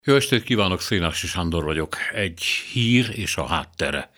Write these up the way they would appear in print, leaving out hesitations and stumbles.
Jó estét kívánok, Szénási Sándor vagyok. Egy hír és a háttere.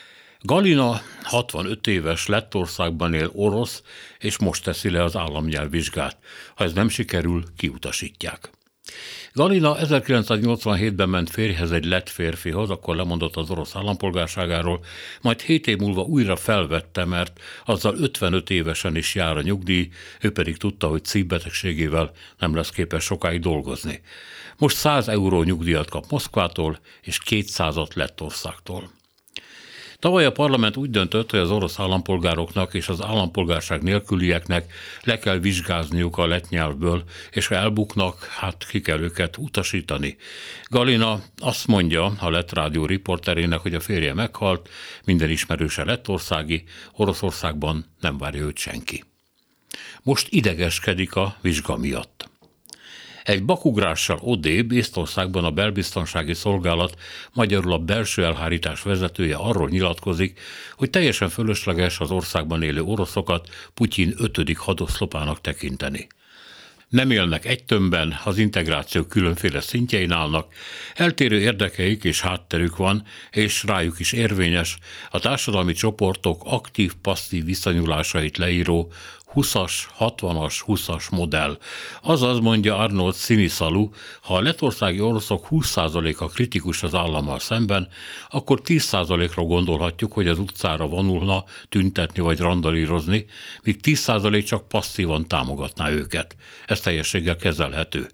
Galina 65 éves, Lettországban él, orosz, és most teszi le az államnyelvvizsgát. Ha ez nem sikerül, kiutasítják. Galina 1987-ben ment férjhez egy lett férfihoz, akkor lemondott az orosz állampolgárságáról, majd 7 év múlva újra felvette, mert azzal 55 évesen is jár a nyugdíj, ő pedig tudta, hogy szívbetegségével nem lesz képes sokáig dolgozni. Most 100 euró nyugdíjat kap Moszkvától, és 200-at Lettországtól. Tavaly a parlament úgy döntött, hogy az orosz állampolgároknak és az állampolgárság nélkülieknek le kell vizsgázniuk a lett nyelvből, és ha elbuknak, ki kell őket utasítani. Galina azt mondja a Lett Rádió riporterének, hogy a férje meghalt, minden ismerőse lettországi, Oroszországban nem várja őt senki. Most idegeskedik a vizsga miatt. Egy bakugrással odébb Észtországban a belbiztonsági szolgálat, magyarul a belső elhárítás vezetője arról nyilatkozik, hogy teljesen fölösleges az országban élő oroszokat Putyin 5. hadoszlopának tekinteni. Nem élnek egy tömbben, az integráció különféle szintjein állnak, eltérő érdekeik és hátterük van, és rájuk is érvényes a társadalmi csoportok aktív-passzív viszonyulásait leíró 20-as, 60-as, 20-as modell. Azaz, mondja Arnold Sziniszalú, ha a lettországi oroszok 20%-a kritikus az állammal szemben, akkor 10%-ra gondolhatjuk, hogy az utcára vonulna tüntetni vagy randalírozni, míg 10% csak passzívan támogatná őket. Ez teljességgel kezelhető.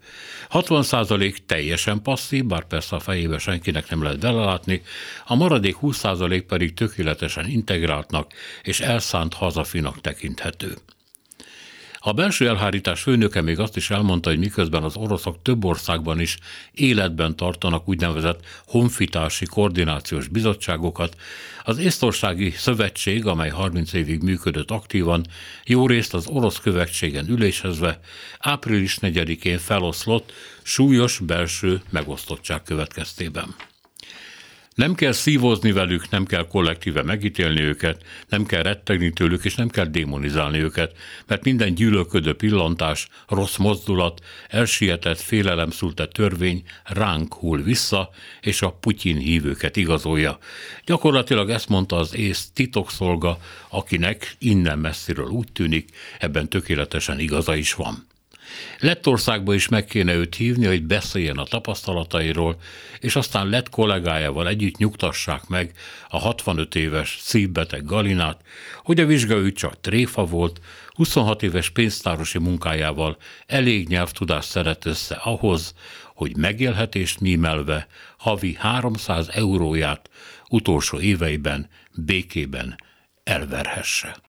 60% teljesen passzív, bár persze a fejébe senkinek nem lehet belelátni, a maradék 20% pedig tökéletesen integráltnak és elszánt hazafinak tekinthető. A belső elhárítás főnöke még azt is elmondta, hogy miközben az oroszok több országban is életben tartanak úgynevezett honfitársi koordinációs bizottságokat, az Észtországi Szövetség, amely 30 évig működött aktívan, jó részt az orosz követségen ülésezve április 4-én feloszlott súlyos belső megosztottság következtében. Nem kell szívozni velük, nem kell kollektíve megítélni őket, nem kell rettegni tőlük, és nem kell démonizálni őket, mert minden gyűlölködő pillantás, rossz mozdulat, elsietett, félelemszülte törvény ránk hull vissza, és a Putyin hívőket igazolja. Gyakorlatilag ezt mondta az ész titokszolga, akinek innen messziről úgy tűnik, ebben tökéletesen igaza is van. Lettországba is meg kéne őt hívni, hogy beszéljen a tapasztalatairól, és aztán lett kollégájával együtt nyugtassák meg a 65 éves szívbeteg Galinát, hogy a vizsgaügy csak tréfa volt, 26 éves pénztárosi munkájával elég nyelvtudást szedett össze ahhoz, hogy megélhetést mímelve havi 300 euróját utolsó éveiben békében elverhesse.